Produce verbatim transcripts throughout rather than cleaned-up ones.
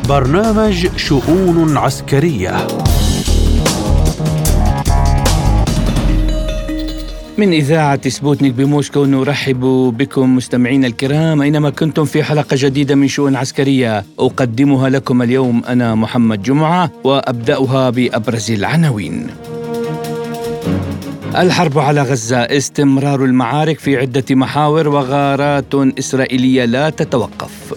برنامج شؤون عسكرية من إذاعة سبوتنيك بموسكو. نرحب بكم مستمعين الكرام أينما كنتم في حلقة جديدة من شؤون عسكرية أقدمها لكم اليوم أنا محمد جمعة، وأبدأها بأبرز العناوين. الحرب على غزة، استمرار المعارك في عدة محاور وغارات إسرائيلية لا تتوقف.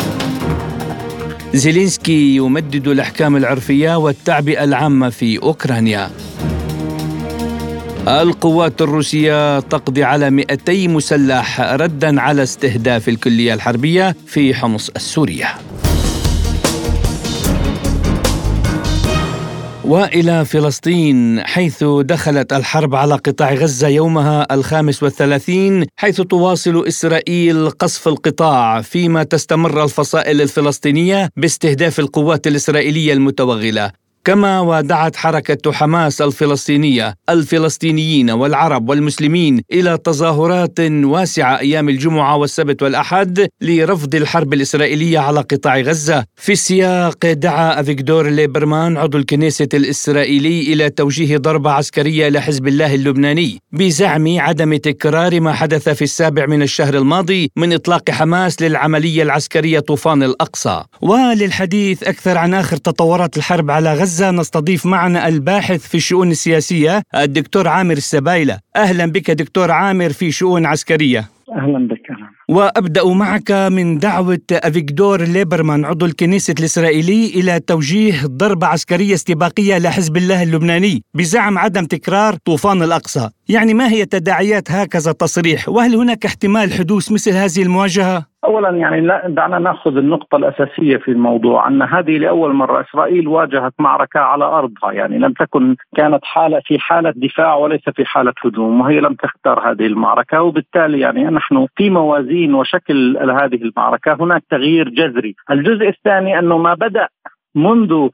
زيلينسكي يمدد الأحكام العرفية والتعبئة العامة في أوكرانيا. القوات الروسية تقضي على مئتي مسلح رداً على استهداف الكلية الحربية في حمص السورية. وإلى فلسطين، حيث دخلت الحرب على قطاع غزة يومها الخامس والثلاثين، حيث تواصل إسرائيل قصف القطاع فيما تستمر الفصائل الفلسطينية باستهداف القوات الإسرائيلية المتوغلة. كما ودعت حركة حماس الفلسطينية الفلسطينيين والعرب والمسلمين إلى تظاهرات واسعة أيام الجمعة والسبت والأحد لرفض الحرب الإسرائيلية على قطاع غزة. في السياق دعا أفيغدور ليبرمان عضو الكنيسة الإسرائيلي إلى توجيه ضربة عسكرية لحزب الله اللبناني بزعم عدم تكرار ما حدث في السابع من الشهر الماضي من إطلاق حماس للعملية العسكرية طوفان الأقصى. وللحديث أكثر عن آخر تطورات الحرب على غزة نستضيف معنا الباحث في الشؤون السياسية الدكتور عامر السبايلة. أهلا بك دكتور عامر في شؤون عسكرية. أهلا بك. وأبدأ معك من دعوة أفيغدور ليبرمان عضو الكنيسة الإسرائيلي إلى توجيه ضربة عسكرية استباقية لحزب الله اللبناني بزعم عدم تكرار طوفان الأقصى. يعني ما هي تداعيات هكذا تصريح؟ وهل هناك احتمال حدوث مثل هذه المواجهة؟ أولا يعني لا دعنا نأخذ النقطة الأساسية في الموضوع، أن هذه لأول مرة إسرائيل واجهت معركة على أرضها، يعني لم تكن كانت حالة في حالة دفاع وليس في حالة هجوم، وهي لم تختار هذه المعركة، وبالتالي يعني نحن في موازين وشكل هذه المعركة هناك تغيير جذري. الجزء الثاني أنه ما بدأ منذ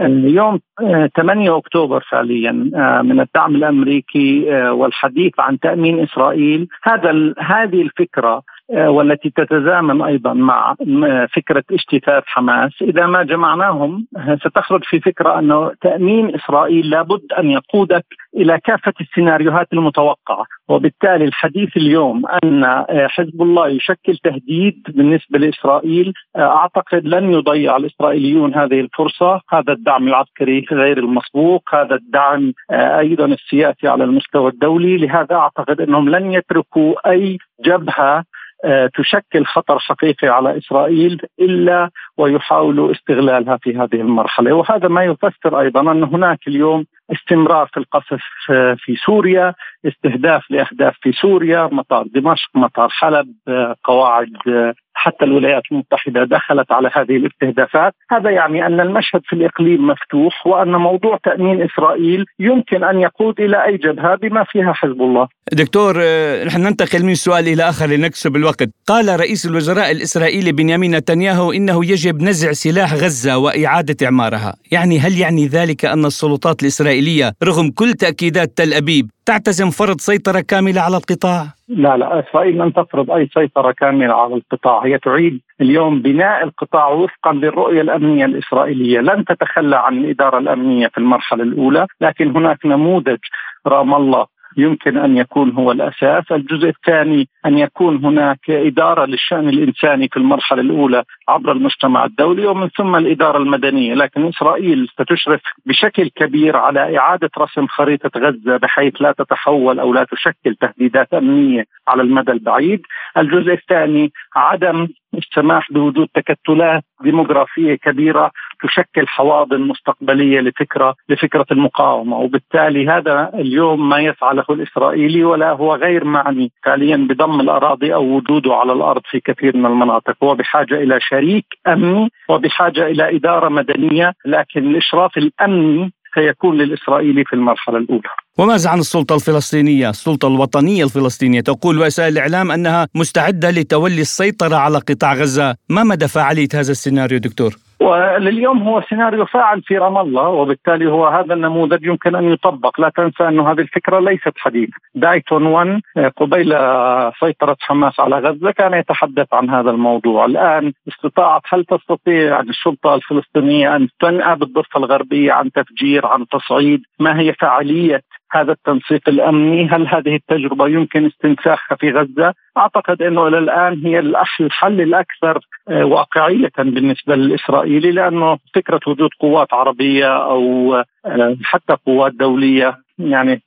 يوم ثمانية أكتوبر فعليا من الدعم الأمريكي والحديث عن تأمين إسرائيل، هذا هذه الفكرة والتي تتزامن أيضا مع فكرة اجتثاث حماس، إذا ما جمعناهم ستخرج في فكرة أنه تأمين إسرائيل لابد أن يقودك إلى كافة السيناريوهات المتوقعة. وبالتالي الحديث اليوم أن حزب الله يشكل تهديد بالنسبة لإسرائيل، أعتقد لن يضيع الإسرائيليون هذه الفرصة. هذا الدعم العسكري غير المسبوق، هذا الدعم أيضا السياسي على المستوى الدولي، لهذا أعتقد أنهم لن يتركوا أي جبهة تشكل خطر حقيقي على إسرائيل إلا ويحاولوا استغلالها في هذه المرحلة. وهذا ما يفسر أيضا أن هناك اليوم استمرار في القصف في سوريا، استهداف لأهداف في سوريا، مطار دمشق، مطار حلب، قواعد حتى الولايات المتحدة دخلت على هذه الاستهدافات. هذا يعني أن المشهد في الإقليم مفتوح، وأن موضوع تأمين إسرائيل يمكن أن يقود إلى أي جبهة بما فيها حزب الله. دكتور، نحن ننتقل من سؤال إلى آخر لنكسب الوقت. قال رئيس الوزراء الإسرائيلي بنيامين نتنياهو إنه يجب نزع سلاح غزة وإعادة إعمارها. يعني هل يعني ذلك أن السلطات الإسرائيلية رغم كل تأكيدات تل أبيب تعتزم فرض سيطرة كاملة على القطاع؟ لا لا، إسرائيل لن تفرض أي سيطرة كاملة على القطاع. هي تعيد اليوم بناء القطاع وفقا للرؤية الأمنية الإسرائيلية. لن تتخلى عن الإدارة الأمنية في المرحلة الأولى، لكن هناك نموذج رام الله يمكن أن يكون هو الأساس. الجزء الثاني أن يكون هناك إدارة للشأن الإنساني في المرحلة الأولى عبر المجتمع الدولي، ومن ثم الإدارة المدنية. لكن إسرائيل ستشرف بشكل كبير على إعادة رسم خريطة غزة بحيث لا تتحول أو لا تشكل تهديدات أمنية على المدى البعيد. الجزء الثاني عدم السماح بوجود تكتلات ديموغرافية كبيرة تشكل حواضن مستقبلية لفكرة لفكرة المقاومة. وبالتالي هذا اليوم ما يسعى له الإسرائيلي، ولا هو غير معني فعليا بضم الأراضي أو وجوده على الأرض في كثير من المناطق. هو بحاجة إلى شريك أمني وبحاجة إلى إدارة مدنية، لكن الإشراف الأمني سيكون للإسرائيلي في المرحلة الأولى. وماذا عن السلطة الفلسطينية؟ السلطة الوطنية الفلسطينية تقول وسائل الإعلام أنها مستعدة لتولي السيطرة على قطاع غزة. ما مدى فعالية هذا السيناريو دكتور؟ ولليوم هو سيناريو فاعل في رام الله، وبالتالي هو هذا النموذج يمكن أن يطبق. لا تنسى أن هذه الفكرة ليست حديثة. دايتون واحد قبيل سيطرة حماس على غزة كان يتحدث عن هذا الموضوع. الآن استطاعت هل تستطيع السلطة الفلسطينية أن تنأى بالضفة الغربية عن تفجير، عن تصعيد؟ ما هي فعالية هذا التنسيق الأمني؟ هل هذه التجربة يمكن استنساخها في غزة؟ أعتقد أنه إلى الآن هي الحل الأكثر واقعية بالنسبة للإسرائيلي، لأنه فكرة وجود قوات عربية أو حتى قوات دولية يعني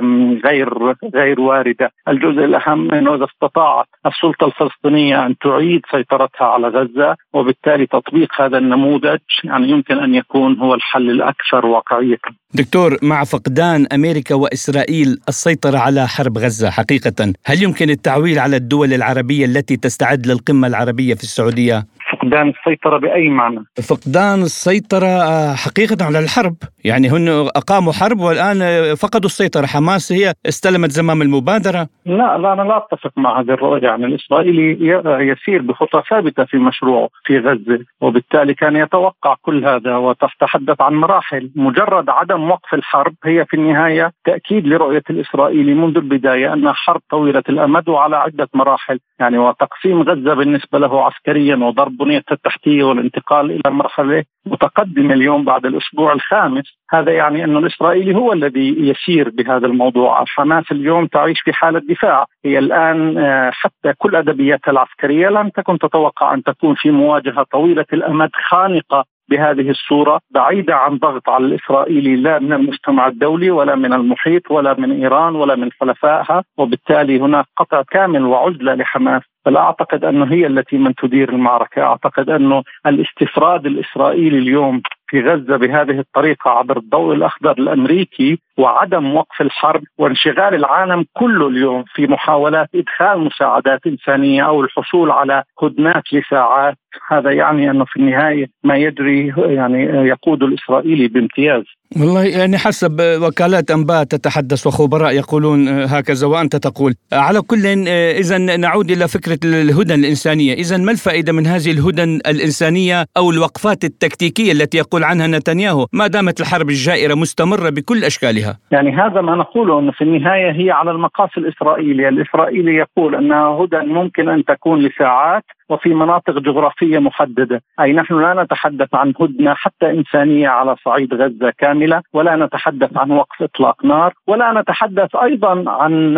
غير غير واردة. الجزء الأهم أنه إذا استطاعت السلطة الفلسطينية أن تعيد سيطرتها على غزة وبالتالي تطبيق هذا النموذج، يعني يمكن أن يكون هو الحل الأكثر واقعية. دكتور، مع فقدان أمريكا وإسرائيل السيطرة على حرب غزة حقيقة، هل يمكن التعويل على الدول العربية التي تستعد للقمة العربية في السعودية؟ فقدان السيطرة بأي معنى؟ فقدان السيطرة حقيقة على الحرب، يعني هن أقاموا حرب والآن فقدوا السيطرة. حماس هي استلمت زمام المبادرة. لا لا أنا لا أتفق مع هذه الرؤية. يعني الإسرائيلي يسير بخطى ثابتة في مشروعه في غزة، وبالتالي كان يتوقع كل هذا وتتحدث عن مراحل. مجرد عدم وقف الحرب هي في النهاية تأكيد لرؤية الإسرائيلي منذ البداية أنها حرب طويلة الأمد وعلى عدة مراحل، يعني وتقسيم غزة بالنسبة له عسكريا وضرب بنية التحتية والانتقال إلى مرحلة متقدمة اليوم بعد الأسبوع الخامس. هذا يعني أن الإسرائيلي هو الذي يسير بهذا الموضوع. حماس اليوم تعيش في حالة دفاع. هي الآن حتى كل أدبياتها العسكرية لم تكن تتوقع أن تكون في مواجهة طويلة الأمد خانقة بهذه الصورة، بعيدة عن ضغط على الإسرائيلي لا من المجتمع الدولي ولا من المحيط ولا من إيران ولا من حلفائها، وبالتالي هناك قطع كامل وعزلة لحماس. فلا أعتقد أنه هي التي من تدير المعركة. أعتقد أنه الاستفراد الإسرائيلي اليوم في غزة بهذه الطريقة عبر الضوء الأخضر الأمريكي وعدم وقف الحرب وانشغال العالم كله اليوم في محاولات إدخال مساعدات إنسانية أو الحصول على هدنات لساعات، هذا يعني أنه في النهاية ما يجري يعني يقود الإسرائيلي بامتياز. والله يعني حسب وكالات أنباء تتحدث وخبراء يقولون هكذا وأنت تقول. على كل إذن نعود إلى فكرة الهدن الإنسانية. إذن ما الفائدة من هذه الهدن الإنسانية أو الوقفات التكتيكية التي يقول عنها نتنياهو ما دامت الحرب الجائرة مستمرة بكل أشكالها؟ يعني هذا ما نقوله، أنه في النهاية هي على المقاس الإسرائيلي. الإسرائيلي يقول أنها هدن ممكن أن تكون لساعات وفي مناطق جغرافية محددة. أي نحن لا نتحدث عن هدنة حتى إنسانية على صعيد غزة كاملة، ولا نتحدث عن وقف إطلاق نار، ولا نتحدث أيضا عن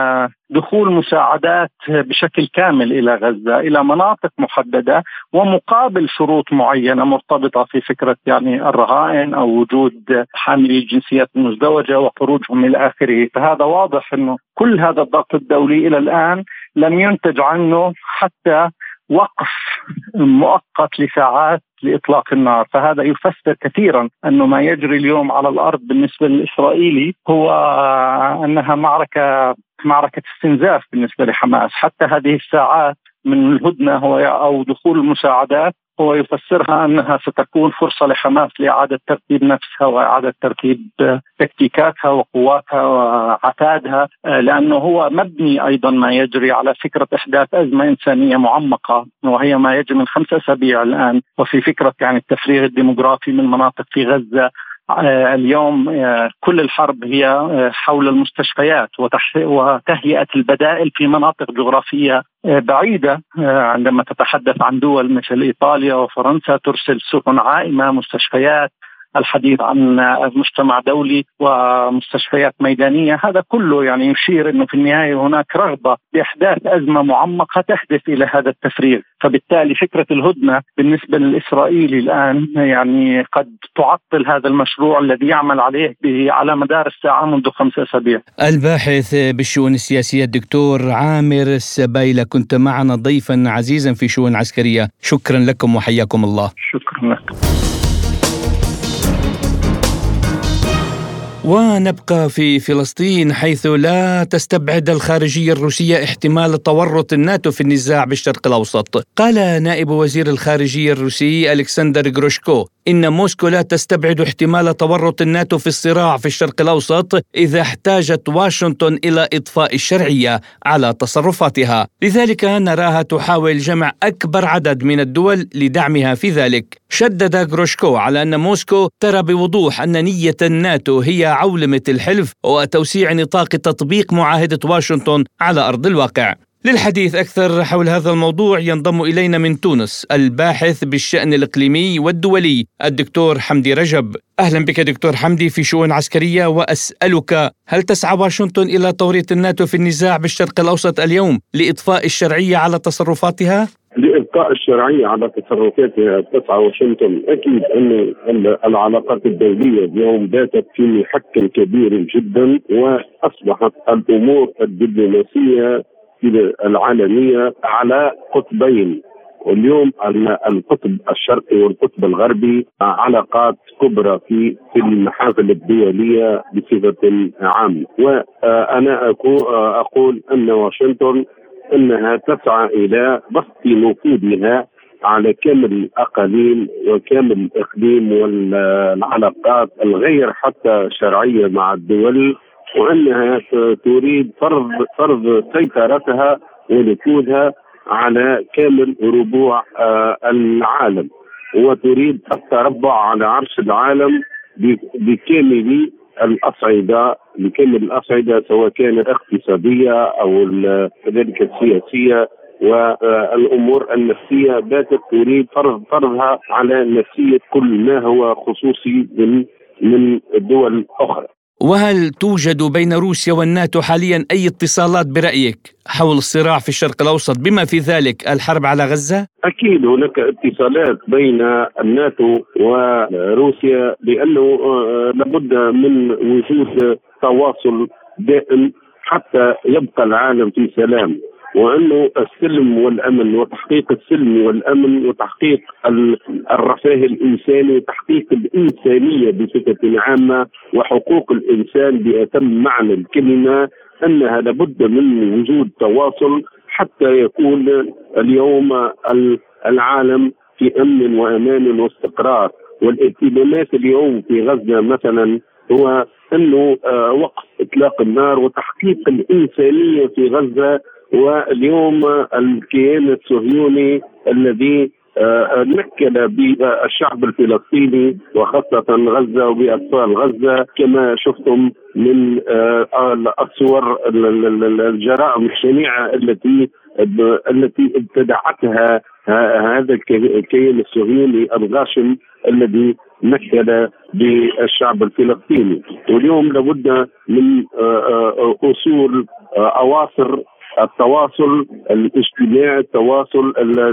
دخول مساعدات بشكل كامل إلى غزة إلى مناطق محددة ومقابل شروط معينة مرتبطة في فكرة يعني الرهائن أو وجود حاملي الجنسيات المزدوجة وخروجهم إلى آخره. فهذا واضح أنه كل هذا الضغط الدولي إلى الآن لم ينتج عنه حتى وقف مؤقت لساعات لإطلاق النار. فهذا يفسر كثيرا أنه ما يجري اليوم على الأرض بالنسبة للإسرائيلي هو أنها معركة معركة استنزاف بالنسبة لحماس. حتى هذه الساعات من الهدنة هو أو دخول المساعدات هو يفسرها أنها ستكون فرصة لحماس لإعادة ترتيب نفسها وإعادة ترتيب تكتيكاتها وقواتها وعتادها، لأنه هو مبني أيضا ما يجري على فكرة إحداث أزمة إنسانية معمقة، وهي ما يجري من خمسة أسابيع الآن، وفي فكرة يعني التفريغ الديموغرافي من مناطق في غزة. اليوم كل الحرب هي حول المستشفيات وتهيئة البدائل في مناطق جغرافية بعيدة. عندما تتحدث عن دول مثل إيطاليا وفرنسا ترسل سفن عائمة، مستشفيات، الحديث عن مجتمع دولي ومستشفيات ميدانية، هذا كله يعني يشير أنه في النهاية هناك رغبة بإحداث أزمة معمقة تهدف إلى هذا التفريغ. فبالتالي فكرة الهدنة بالنسبة للإسرائيلي الآن يعني قد تعطل هذا المشروع الذي يعمل عليه به على مدار الساعة منذ خمسة أسابيع. الباحث بالشؤون السياسية الدكتور عامر السبايلة، كنت معنا ضيفا عزيزا في شؤون عسكرية. شكرا لكم وحياكم الله. شكرا لكم. ونبقى في فلسطين، حيث لا تستبعد الخارجية الروسية احتمال تورط الناتو في النزاع بالشرق الأوسط. قال نائب وزير الخارجية الروسي ألكسندر غروشكو إن موسكو لا تستبعد احتمال تورط الناتو في الصراع في الشرق الأوسط إذا احتاجت واشنطن إلى إضفاء الشرعية على تصرفاتها. لذلك نراها تحاول جمع أكبر عدد من الدول لدعمها في ذلك. شدد غروشكو على أن موسكو ترى بوضوح أن نية الناتو هي عولمة الحلف وتوسيع نطاق تطبيق معاهدة واشنطن على أرض الواقع. للحديث أكثر حول هذا الموضوع ينضم إلينا من تونس الباحث بالشأن الإقليمي والدولي الدكتور حمدي رجب. أهلا بك دكتور حمدي في شؤون عسكرية، وأسألك هل تسعى واشنطن إلى توريط الناتو في النزاع بالشرق الأوسط اليوم لإضفاء الشرعية على تصرفاتها؟ لإبقاء الشرعية على تصرفاتها تسعى واشنطن. أكيد أن العلاقات الدولية اليوم باتت في محك كبير جدا، وأصبحت الأمور الدبلوماسية العالمية على قطبين. واليوم القطب الشرقي والقطب الغربي علاقات كبرى في في المحافل الدولية بصفة عامة. وأنا أقول أن واشنطن أنها تسعى إلى بسط نفوذها على كامل الأقاليم وكامل الإقليم والعلاقات الغير حتى شرعية مع الدول، وأنها تريد فرض فرض سيطرتها ونفوذها على كامل ربوع العالم، وتريد التربع على عرش العالم بكامل الأصعدة بكامل الأصعدة سواء كانت اقتصادية أو كذلك السياسية والأمور النفسية. باتت تريد فرض فرضها على نفسية كل ما هو خصوصي من من دول أخرى. وهل توجد بين روسيا والناتو حاليا أي اتصالات برأيك حول الصراع في الشرق الأوسط بما في ذلك الحرب على غزة؟ أكيد هناك اتصالات بين الناتو وروسيا، لأنه لابد من وجود تواصل دائم حتى يبقى العالم في سلام، وأنه السلم والأمن وتحقيق السلم والأمن وتحقيق الرفاه الإنساني وتحقيق الإنسانية بصفة عامة وحقوق الإنسان بأتم معنى الكلمة، أنها لابد من وجود تواصل حتى يكون اليوم العالم في أمن وأمان واستقرار. والاهتمامات اليوم في غزة مثلا هو أنه وقف إطلاق النار وتحقيق الإنسانية في غزة. واليوم الكيان الصهيوني الذي نكل بالشعب الفلسطيني وخاصة غزة وبأطفال غزة كما شفتم من الصور الجرائم الشنيعة التي التي ابتدعتها هذا الكيان الصهيوني الغاشم الذي نكل بالشعب الفلسطيني. واليوم لابد من أصول أواصر التواصل الاجتماعي، التواصل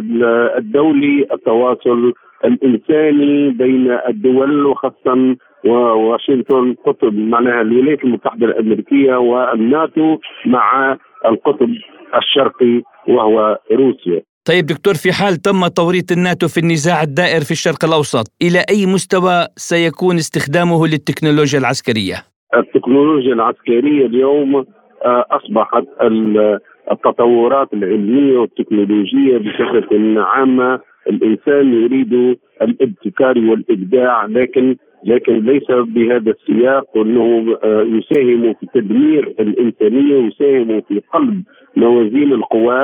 الدولي، التواصل الإنساني بين الدول، وخاصة واشنطن قطب معناها الولايات المتحدة الأمريكية والناتو مع القطب الشرقي وهو روسيا. طيب دكتور، في حال تم توريط الناتو في النزاع الدائر في الشرق الأوسط، إلى أي مستوى سيكون استخدامه للتكنولوجيا العسكرية؟ التكنولوجيا العسكرية اليوم أصبحت التطورات العلمية والتكنولوجية بصفة عامة. الإنسان يريد الابتكار والإبداع، لكن لكن ليس بهذا السياق، وأنه يساهم في تدمير الإنسانية، يساهم في قلب موازين القوى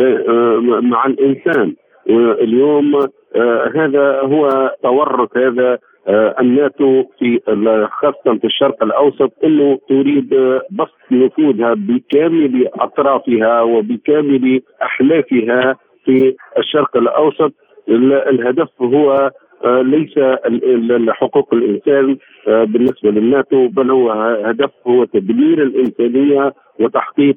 مع الإنسان. واليوم هذا هو تورط هذا الناتو في خاصة في الشرق الأوسط، أنه تريد بسط نفوذها بكامل أطرافها وبكامل أحلافها في الشرق الأوسط. الهدف هو ليس حقوق الإنسان بالنسبة للناتو، بل هو هدف هو تدمير الإنسانية وتحقيق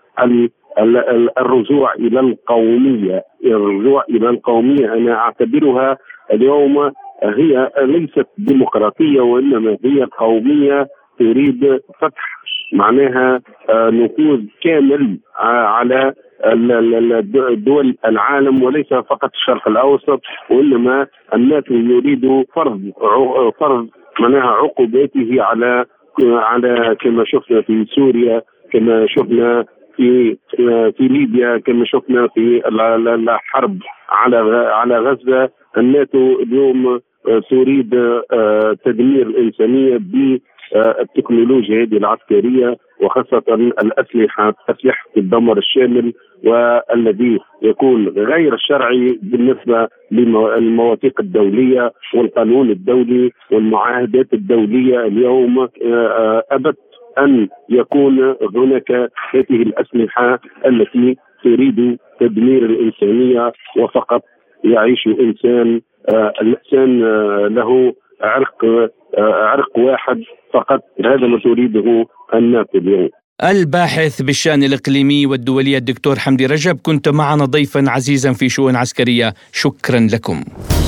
الرجوع إلى القومية. الرجوع إلى القومية أنا أعتبرها اليوم هي ليست ديمقراطية، وإنما هي قومية تريد فتح معناها نفوذ كامل على دول العالم وليس فقط الشرق الأوسط، وإنما الناتو يريد فرض فرض معناها عقوباته على على كما شفنا في سوريا، كما شفنا في في ليبيا، كما شفنا في الحرب على على غزة. الناتو اليوم تريد تدمير الإنسانية بالتكنولوجيا هذه العسكرية، وخاصة الأسلحة أسلحة الدمر الشامل، والذي يكون غير شرعي بالنسبة للمواثيق الدولية والقانون الدولي والمعاهدات الدولية. اليوم أبت أن يكون هناك هذه الأسلحة التي تريد تدمير الإنسانية، وفقط يعيش إنسان آه الإنسان آه له عرق آه عرق واحد فقط. هذا ما تريده الناس اليوم. الباحث بالشأن الإقليمي والدولي الدكتور حمدي رجب، كنت معنا ضيفا عزيزا في شؤون عسكرية، شكرا لكم.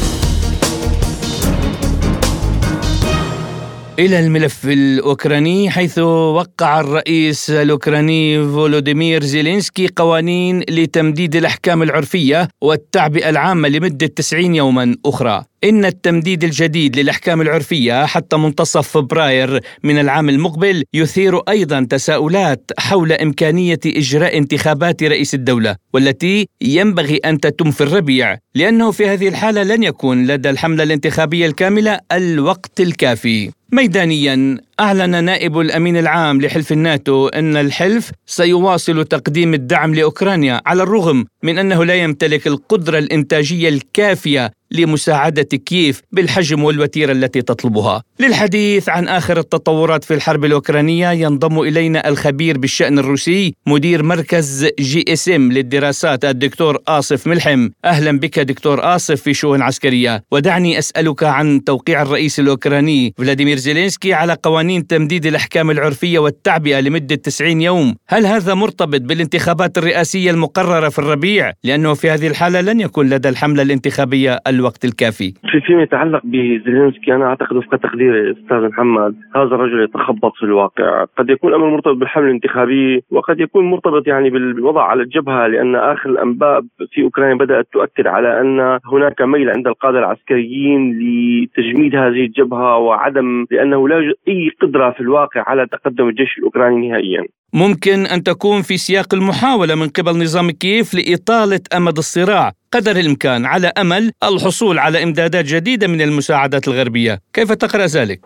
إلى الملف الأوكراني، حيث وقع الرئيس الأوكراني فولوديمير زيلينسكي قوانين لتمديد الأحكام العرفية والتعبئة العامة لمدة تسعين يوما أخرى. إن التمديد الجديد للأحكام العرفية حتى منتصف فبراير من العام المقبل يثير أيضا تساؤلات حول إمكانية إجراء انتخابات رئيس الدولة، والتي ينبغي أن تتم في الربيع، لأنه في هذه الحالة لن يكون لدى الحملة الانتخابية الكاملة الوقت الكافي. ميدانيا، أعلن نائب الأمين العام لحلف الناتو أن الحلف سيواصل تقديم الدعم لأوكرانيا على الرغم من أنه لا يمتلك القدرة الإنتاجية الكافية لمساعدة كييف بالحجم والوتيرة التي تطلبها. للحديث عن آخر التطورات في الحرب الأوكرانية ينضم إلينا الخبير بالشأن الروسي مدير مركز جي اس ام للدراسات الدكتور آصف ملحم. أهلا بك دكتور آصف في شؤون عسكرية، ودعني أسألك عن توقيع الرئيس الأوكراني فلاديمير زيلينسكي على قوانين تمديد الأحكام العرفية والتعبئة لمدة تسعين يوم. هل هذا مرتبط بالانتخابات الرئاسية المقررة في الربيع؟ لأنه في هذه الحالة لن يكون لدى الحملة الانتخابية الوقت الكافي. في فيما يتعلق بزيلينسكي، أنا أعتقد وفق تقديري أستاذ محمد، هذا الرجل يتخبط في الواقع. قد يكون الأمر مرتبط بالحملة الانتخابية، وقد يكون مرتبط يعني بالوضع على الجبهة، لأن آخر الأنباء في أوكرانيا بدأت تؤكد على أن هناك ميل عند القادة العسكريين لتجميد هذه الجبهة، وعدم لأنه لا يوجد أي قدرة في الواقع على تقدم الجيش الأوكراني نهائيا. ممكن أن تكون في سياق المحاولة من قبل نظام كييف لإطالة أمد الصراع قدر الإمكان على أمل الحصول على إمدادات جديدة من المساعدات الغربية. كيف تقرأ ذلك؟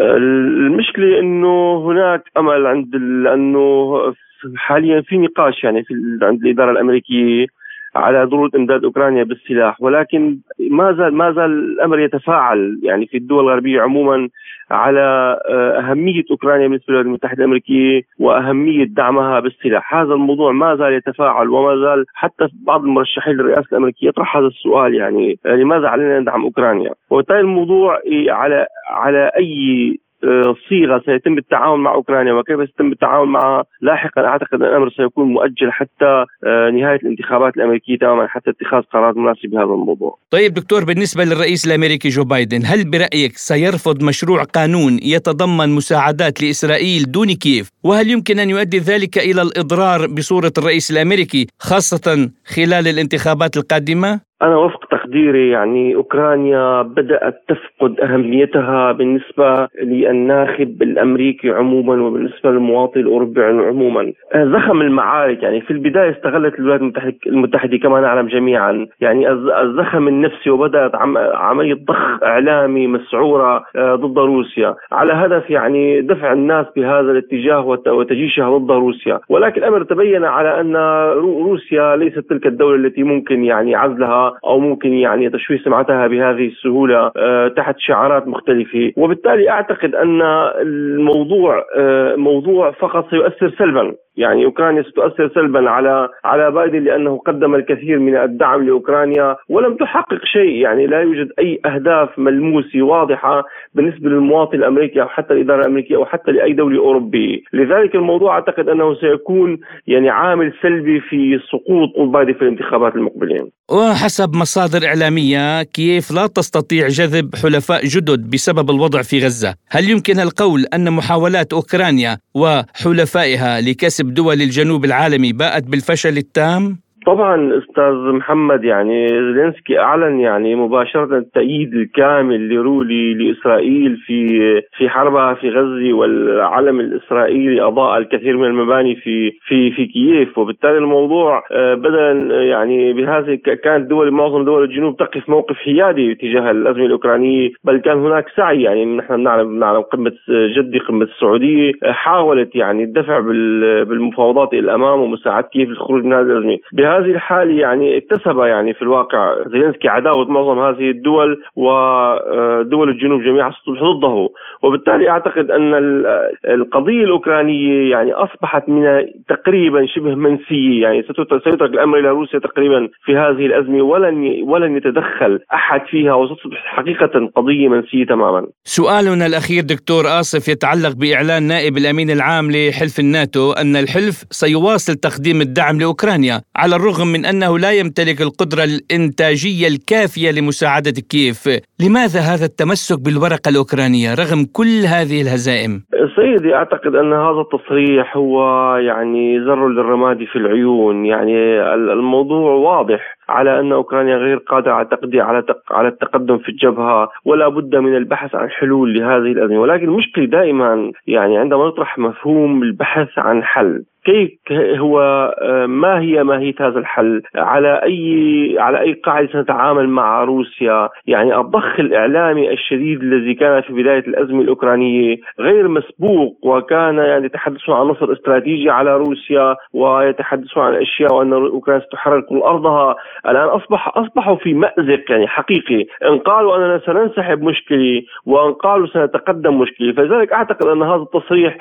المشكلة أنه هناك أمل عند لأنه حاليا في نقاش يعني في عند الإدارة الأمريكية على ضرورة إمداد أوكرانيا بالسلاح، ولكن ما زال ما زال الأمر يتفاعل يعني في الدول الغربية عموما على أهمية أوكرانيا بالنسبة للولايات المتحدة الأمريكية وأهمية دعمها بالسلاح. هذا الموضوع ما زال يتفاعل، وما زال حتى بعض المرشحين للرئاسة الأمريكية يطرح هذا السؤال، يعني لماذا علينا ندعم أوكرانيا؟ وبالتالي الموضوع على على أي صيغة سيتم التعاون مع أوكرانيا وكيف سيتم التعاون معها لاحقا. أعتقد أن الأمر سيكون مؤجل حتى نهاية الانتخابات الأمريكية تماما حتى اتخاذ قرارات مناسبة بهذا الموضوع. طيب دكتور، بالنسبة للرئيس الأمريكي جو بايدن، هل برأيك سيرفض مشروع قانون يتضمن مساعدات لإسرائيل دون كييف؟ وهل يمكن أن يؤدي ذلك إلى الإضرار بصورة الرئيس الأمريكي خاصة خلال الانتخابات القادمة؟ أنا وفق تقديري يعني أوكرانيا بدأت تفقد أهميتها بالنسبة للناخب الأمريكي عموما وبالنسبة للمواطن الأوروبي عموما. زخم المعارك يعني في البداية استغلت الولايات المتحدة كما نعلم جميعا يعني الزخم النفسي، وبدأت عملية ضخ إعلامي مسعورة ضد روسيا على هدف يعني دفع الناس بهذا الاتجاه وتجيشها ضد روسيا. ولكن الأمر تبين على أن روسيا ليست تلك الدولة التي ممكن يعني عزلها أو ممكن يعني تشويه سمعتها بهذه السهولة تحت شعارات مختلفة. وبالتالي أعتقد أن الموضوع موضوع فقط سيؤثر سلبا، يعني أوكرانيا ستؤثر سلبا على على بايدن لأنه قدم الكثير من الدعم لأوكرانيا ولم تحقق شيء، يعني لا يوجد أي أهداف ملموسة واضحة بالنسبة للمواطن الأمريكي أو حتى الإدارة الأمريكية أو حتى لأي دولة أوروبية. لذلك الموضوع أعتقد أنه سيكون يعني عامل سلبي في سقوط بايدن في الانتخابات المقبلين. وحسب مصادر إعلامية كييف لا تستطيع جذب حلفاء جدد بسبب الوضع في غزة. هل يمكن القول أن محاولات أوكرانيا وحلفائها لكسب دول الجنوب العالمي باءت بالفشل التام؟ طبعا أستاذ محمد، يعني زيلينسكي أعلن يعني مباشرة التأييد الكامل لرولي لإسرائيل في في حربها في غزة، والعلم الإسرائيلي أضاء الكثير من المباني في في في كييف. وبالتالي الموضوع بدلا يعني بهذه كانت دول معظم دول الجنوب تقف موقف حيادي تجاه الأزمة الأوكرانية، بل كان هناك سعي. يعني نحن نعلم نعلم قمة جدي قمة السعودية حاولت يعني الدفع بالمفاوضات إلى الأمام ومساعدة كييف للخروج من هذه الأزمة. بهذه الحالة يعني اكتسب يعني في الواقع زيلينسكي عداوة معظم هذه الدول، ودول الجنوب جميعا تصبح ضده. وبالتالي أعتقد أن القضية الأوكرانية يعني أصبحت من تقريبا شبه منسية، يعني سيترك الأمر إلى روسيا تقريبا في هذه الأزمة، ولن ولن يتدخل أحد فيها، وستصبح حقيقة قضية منسية تماما. سؤالنا الأخير دكتور آصف يتعلق بإعلان نائب الأمين العام لحلف الناتو أن الحلف سيواصل تقديم الدعم لأوكرانيا على الرغم من أنه لا يمتلك القدرة الإنتاجية الكافية لمساعدة كييف. لماذا هذا التمسك بالورقة الأوكرانية رغم كل هذه الهزائم؟ سيدي، أعتقد أن هذا التصريح هو يعني زر للرماد في العيون. يعني الموضوع واضح على أن أوكرانيا غير قادرة على التقديم على على التقدم في الجبهة، ولا بد من البحث عن حلول لهذه الأزمة. ولكن المشكلة دائما يعني عندما نطرح مفهوم البحث عن حل، كيف هو ما هي ماهية هذا الحل؟ على أي على أي قاعدة سنتعامل مع روسيا؟ يعني الضخ الإعلامي الشديد الذي كان في بداية الأزمة الأوكرانية غير مسبوق، وكان يعني يتحدثون عن نصر استراتيجي على روسيا، ويتحدثون عن أشياء وأن أوكرانيا ستحرر كل أرضها. الآن أصبح أصبحوا في مأزق يعني حقيقي، إن قالوا أننا سننسحب مشكلة، وإن قالوا سنتقدم مشكلة. فلذلك أعتقد أن هذا التصريح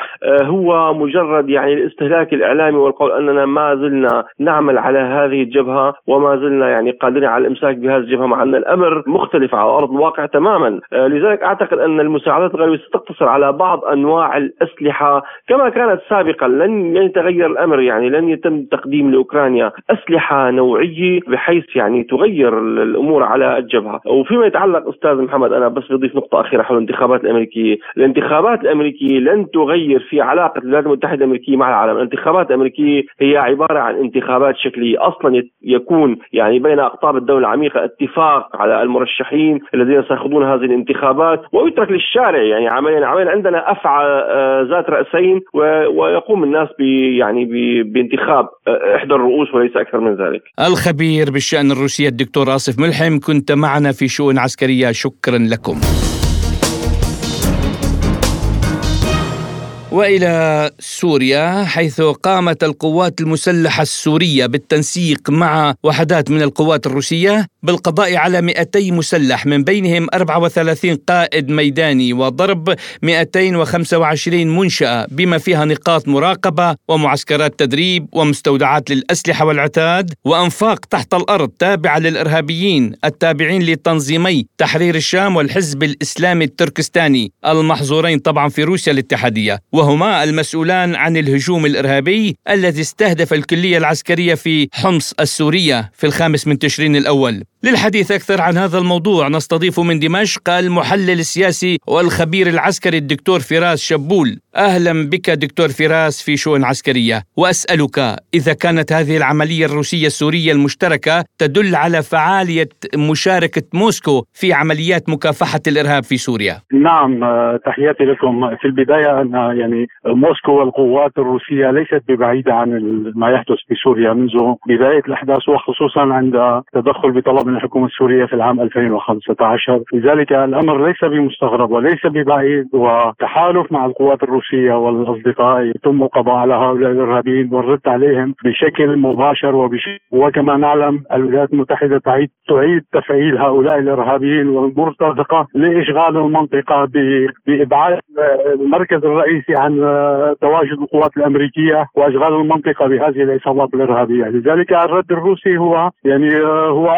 هو مجرد يعني الاستهلاك الإعلامي، والقول أننا ما زلنا نعمل على هذه الجبهة، وما زلنا يعني قادرين على الإمساك بهذه الجبهة، مع أن الأمر مختلف على أرض الواقع تماما. لذلك أعتقد أن المساعدات الغربية ستقتصر على بعض أنواع الأسلحة كما كانت سابقا. لن يتغير الأمر، يعني لن يتم تقديم لأوكرانيا أسلحة نوعية بحيث يعني تغير الأمور على الجبهة. وفيما يتعلق أستاذ محمد، أنا بس بضيف نقطة أخيرة حول الانتخابات الأمريكية. الانتخابات الأمريكية لن تغير في علاقة الولايات المتحدة الأمريكية مع العالم. الانتخابات الأمريكية هي عبارة عن انتخابات شكلية، أصلا يكون يعني بين أقطاب الدولة العميقة اتفاق على المرشحين الذين سيخوضون هذه الانتخابات، ويترك للشارع يعني عمليا عمليا عندنا أفعى ذات رأسين، ويقوم الناس يعني بانتخاب إحدى الرؤوس وليس أكثر من ذلك. الخبير بالشأن الروسي الدكتور آصف ملحم، كنت معنا في شؤون عسكرية، شكرا لكم. وإلى سوريا، حيث قامت القوات المسلحة السورية بالتنسيق مع وحدات من القوات الروسية بالقضاء على مئتي مسلح، من بينهم أربعة وثلاثين قائد ميداني، وضرب مئتين وخمسة وعشرين منشأة بما فيها نقاط مراقبة ومعسكرات تدريب ومستودعات للأسلحة والعتاد وأنفاق تحت الأرض تابعة للإرهابيين التابعين لتنظيمي تحرير الشام والحزب الإسلامي التركستاني المحظورين طبعا في روسيا الاتحادية، وهما المسؤولان عن الهجوم الإرهابي الذي استهدف الكلية العسكرية في حمص السورية في الخامس من تشرين الأول. للحديث أكثر عن هذا الموضوع نستضيف من دمشق المحلل السياسي والخبير العسكري الدكتور فراس شبول. أهلا بك دكتور فراس في شؤون عسكرية، وأسألك إذا كانت هذه العملية الروسية السورية المشتركة تدل على فعالية مشاركة موسكو في عمليات مكافحة الإرهاب في سوريا. نعم، تحياتي لكم. في البداية أن يعني موسكو والقوات الروسية ليست ببعيدة عن ما يحدث في سوريا منذ بداية الأحداث، وخصوصا عند تدخل بطلب من الحكومة السورية في العام ألفين وخمسة عشر. لذلك الأمر ليس بمستغرب وليس ببعيد، وتحالف مع القوات الروسية والأصدقاء يتم القضاء على هؤلاء الإرهابيين والرد عليهم بشكل مباشر وبشكل. وكما نعلم الولايات المتحدة تعيد تعيد تفعيل هؤلاء الإرهابيين والمرتزقة لإشغال المنطقة بإبعاد المركز الرئيسي عن تواجد القوات الأمريكية وإشغال المنطقة بهذه العصابات الإرهابية. لذلك الرد الروسي هو يعني هو أمر طبيعي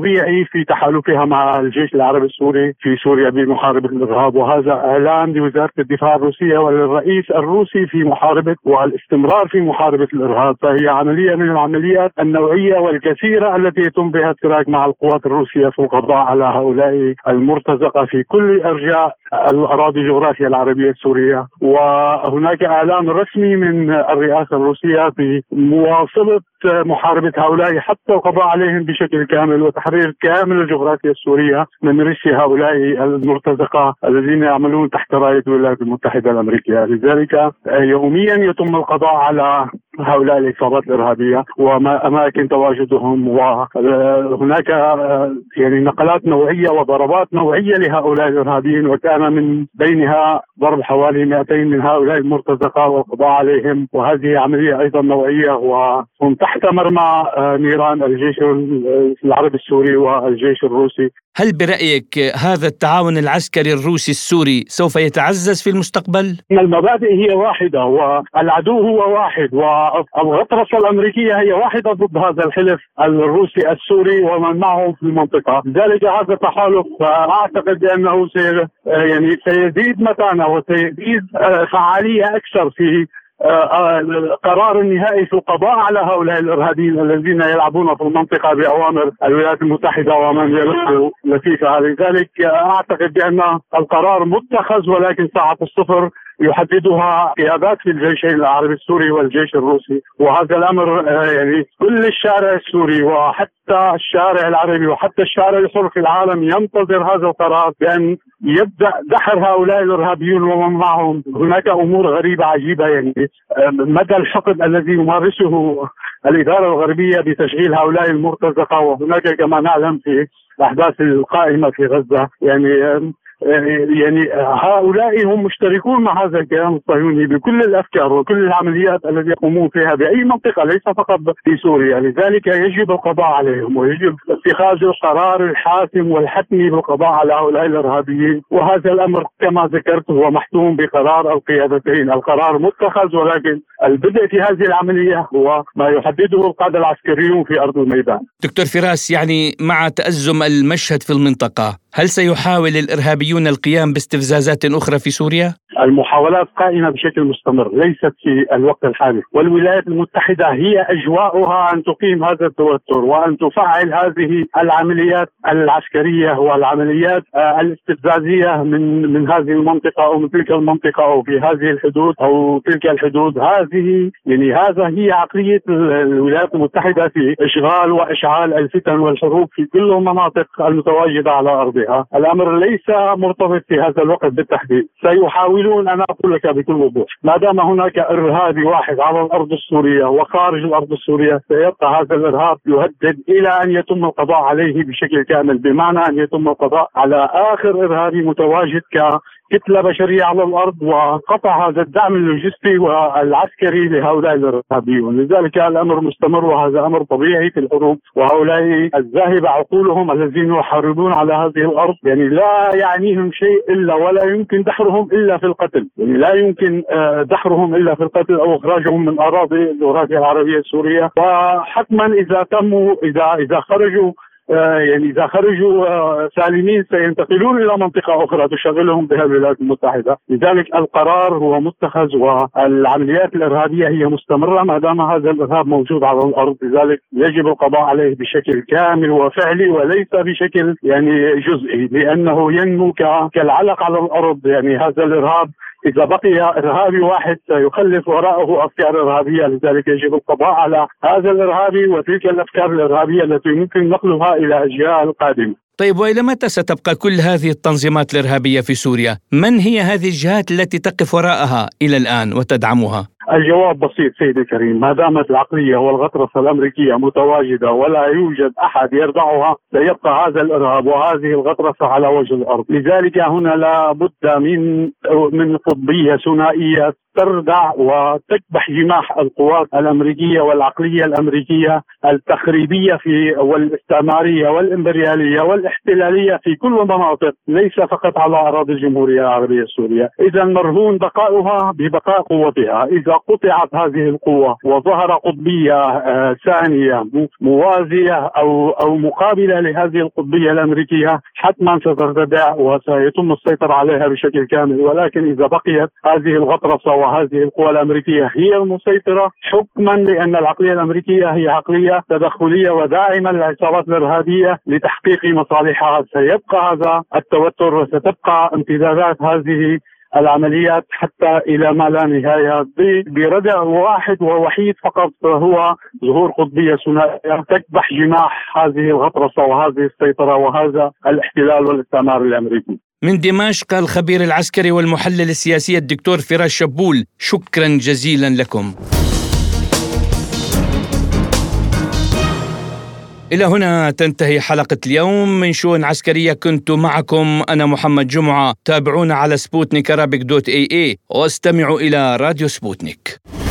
طبيعي في تحالفها مع الجيش العربي السوري في سوريا بمحاربة الإرهاب، وهذا إعلان لوزارة الدفاع الروسية وللرئيس الروسي في محاربة والاستمرار في محاربة الإرهاب. فهي عملية من العمليات النوعية والكثيرة التي يتم بها اشتراك مع القوات الروسية في القضاء على هؤلاء المرتزقة في كل أرجاء الأراضي الجغرافية العربية السورية. وهناك إعلان رسمي من الرئاسة الروسية بمواصلة محاربة هؤلاء حتى القضاء عليهم بشكل كامل وتحرير كامل الجغرافيا السورية من رشي هؤلاء المرتزقة الذين يعملون تحت راية الولايات المتحدة الأمريكية. لذلك يوميا يتم القضاء على هؤلاء العصابات الإرهابية وأماكن تواجدهم، وهناك يعني نقلات نوعية وضربات نوعية لهؤلاء الإرهابيين، وكان من بينها ضرب حوالي مئتين من هؤلاء المرتزقة والقضاء عليهم، وهذه عملية أيضا نوعية وهم تحت مرمى نيران الجيش العربي السوري والجيش الروسي. هل برأيك هذا التعاون العسكري الروسي السوري سوف يتعزز في المستقبل؟ المبادئ هي واحدة والعدو هو واحد، والغطرسة الأمريكية هي واحدة ضد هذا الحلف الروسي السوري ومن معهم في المنطقة. لذلك هذا التحالف أعتقد بأنه سي يعني سيزيد متانة وسيزيد فعالية أكثر في القرار النهائي في القضاء على هؤلاء الإرهابيين الذين يلعبون في المنطقة بأوامر الولايات المتحدة ومن يلف لفيفها. لذلك أعتقد بأن القرار متخذ، ولكن ساعة الصفر يحددها قيادات في الجيشين العربي السوري والجيش الروسي، وهذا الأمر يعني كل الشارع السوري وحتى الشارع العربي وحتى الشارع الحر في العالم ينتظر هذا القرار بأن يبدأ دحر هؤلاء الإرهابيون ومن معهم. هناك أمور غريبة عجيبة، يعني مدى الحقد الذي يمارسه الإدارة الغربية بتشغيل هؤلاء المرتزقة، وهناك كما نعلم في الأحداث القائمة في غزة يعني يعني هؤلاء هم مشتركون مع هذا الكيان الصهيوني بكل الأفكار وكل العمليات التي يقومون فيها بأي منطقة ليس فقط في سوريا. لذلك يجب القضاء عليهم ويجب اتخاذ القرار الحاسم والحتمي بالقضاء على هؤلاء الإرهابيين، وهذا الأمر كما ذكرت هو محتوم بقرار القيادتين. القرار متخذ، ولكن البدء في هذه العملية هو ما يحدده القادة العسكريون في أرض الميدان. دكتور فراس، يعني مع تأزم المشهد في المنطقة، هل سيحاول الإرهابيون القيام باستفزازات أخرى في سوريا؟ المحاولات قائمة بشكل مستمر، ليست في الوقت الحالي، والولايات المتحدة هي أجواؤها أن تقيم هذا التوتر وأن تفعل هذه العمليات العسكرية والعمليات الاستفزازية من من هذه المنطقة أو من تلك المنطقة أو في هذه الحدود أو تلك الحدود. هذه يعني هذا هي عقلية الولايات المتحدة في إشغال وإشعال الفتن والحروب في كل المناطق المتواجدة على أرضها. الأمر ليس مرتبط في هذا الوقت بالتحديد. سيحاولون، أنا أقول لك بكل وضوح، ما دام هناك إرهابي واحد على الأرض السورية وخارج الأرض السورية سيبقى هذا الإرهاب يهدد إلى أن يتم القضاء عليه بشكل كامل، بمعنى أن يتم القضاء على آخر إرهابي متواجد ككتلة بشرية على الأرض وقطع هذا الدعم اللوجستي والعسكري لهؤلاء الإرهابيون. لذلك الأمر مستمر، وهذا أمر طبيعي في الحروب، وهؤلاء الذاهب عقولهم الذين يحاربون على هذه الأرض يعني لا يعنيهم شيء إلا ولا يمكن دحرهم إلا في القتل، يعني لا يمكن دحرهم إلا في القتل أو إخراجهم من أراضي الجغرافيا العربية السورية. وحتما إذا تموا إذا إذا خرجوا يعني إذا خرجوا سالمين سينتقلون إلى منطقة أخرى تشغلهم بها الولايات المتحدة. لذلك القرار هو متخذ والعمليات الإرهابية هي مستمرة ما دام هذا الإرهاب موجود على الأرض. لذلك يجب القضاء عليه بشكل كامل وفعلي وليس بشكل يعني جزئي، لأنه ينمو كالعلق على الأرض. يعني هذا الإرهاب إذا بقي إرهابي واحد سيخلف وراءه أفكار إرهابية. لذلك يجب القضاء على هذا الإرهابي وتلك الأفكار الإرهابية التي يمكن نقلها إلى أجيال قادمة. طيب، وإلى متى ستبقى كل هذه التنظيمات الإرهابية في سوريا؟ من هي هذه الجهات التي تقف وراءها إلى الآن وتدعمها؟ الجواب بسيط سيدي الكريم، ما دامت العقلية والغطرسة الأمريكية متواجدة ولا يوجد أحد يردعها سيبقى هذا الإرهاب وهذه الغطرسة على وجه الأرض. لذلك هنا لا بد من من قطبية ثنائية تردع وتكبح جماح القوات الأمريكية والعقلية الأمريكية التخريبية في والاستعمارية والإمبريالية والاحتلالية في كل المناطق، ليس فقط على أراضي الجمهورية العربية السورية. إذا مرهون بقاؤها ببقاء قوتها. إذا إذا قطعت هذه القوة وظهر قطبية ثانية موازية أو أو مقابلة لهذه القطبية الأمريكية، حتما سترتدع وسيتم السيطرة عليها بشكل كامل. ولكن إذا بقيت هذه الغطرسة وهذه القوى الأمريكية هي المسيطرة حكما، لأن العقلية الأمريكية هي عقلية تدخلية وداعمة للعصابات الإرهابية لتحقيق مصالحها، سيبقى هذا التوتر وستبقى امتدادات هذه العمليات حتى إلى ما لا نهاية بردع واحد ووحيد فقط، هو ظهور قطبية ثنائية تكبح جماح هذه الغطرسة وهذه السيطرة وهذا الاحتلال والاستعمار الأمريكي. من دمشق الخبير العسكري والمحلل السياسي الدكتور فراس شبول، شكرا جزيلا لكم. إلى هنا تنتهي حلقة اليوم من شؤون عسكرية. كنت معكم أنا محمد جمعة. تابعونا على سبوتنيك أرابيك دوت اي اي واستمعوا إلى راديو سبوتنيك.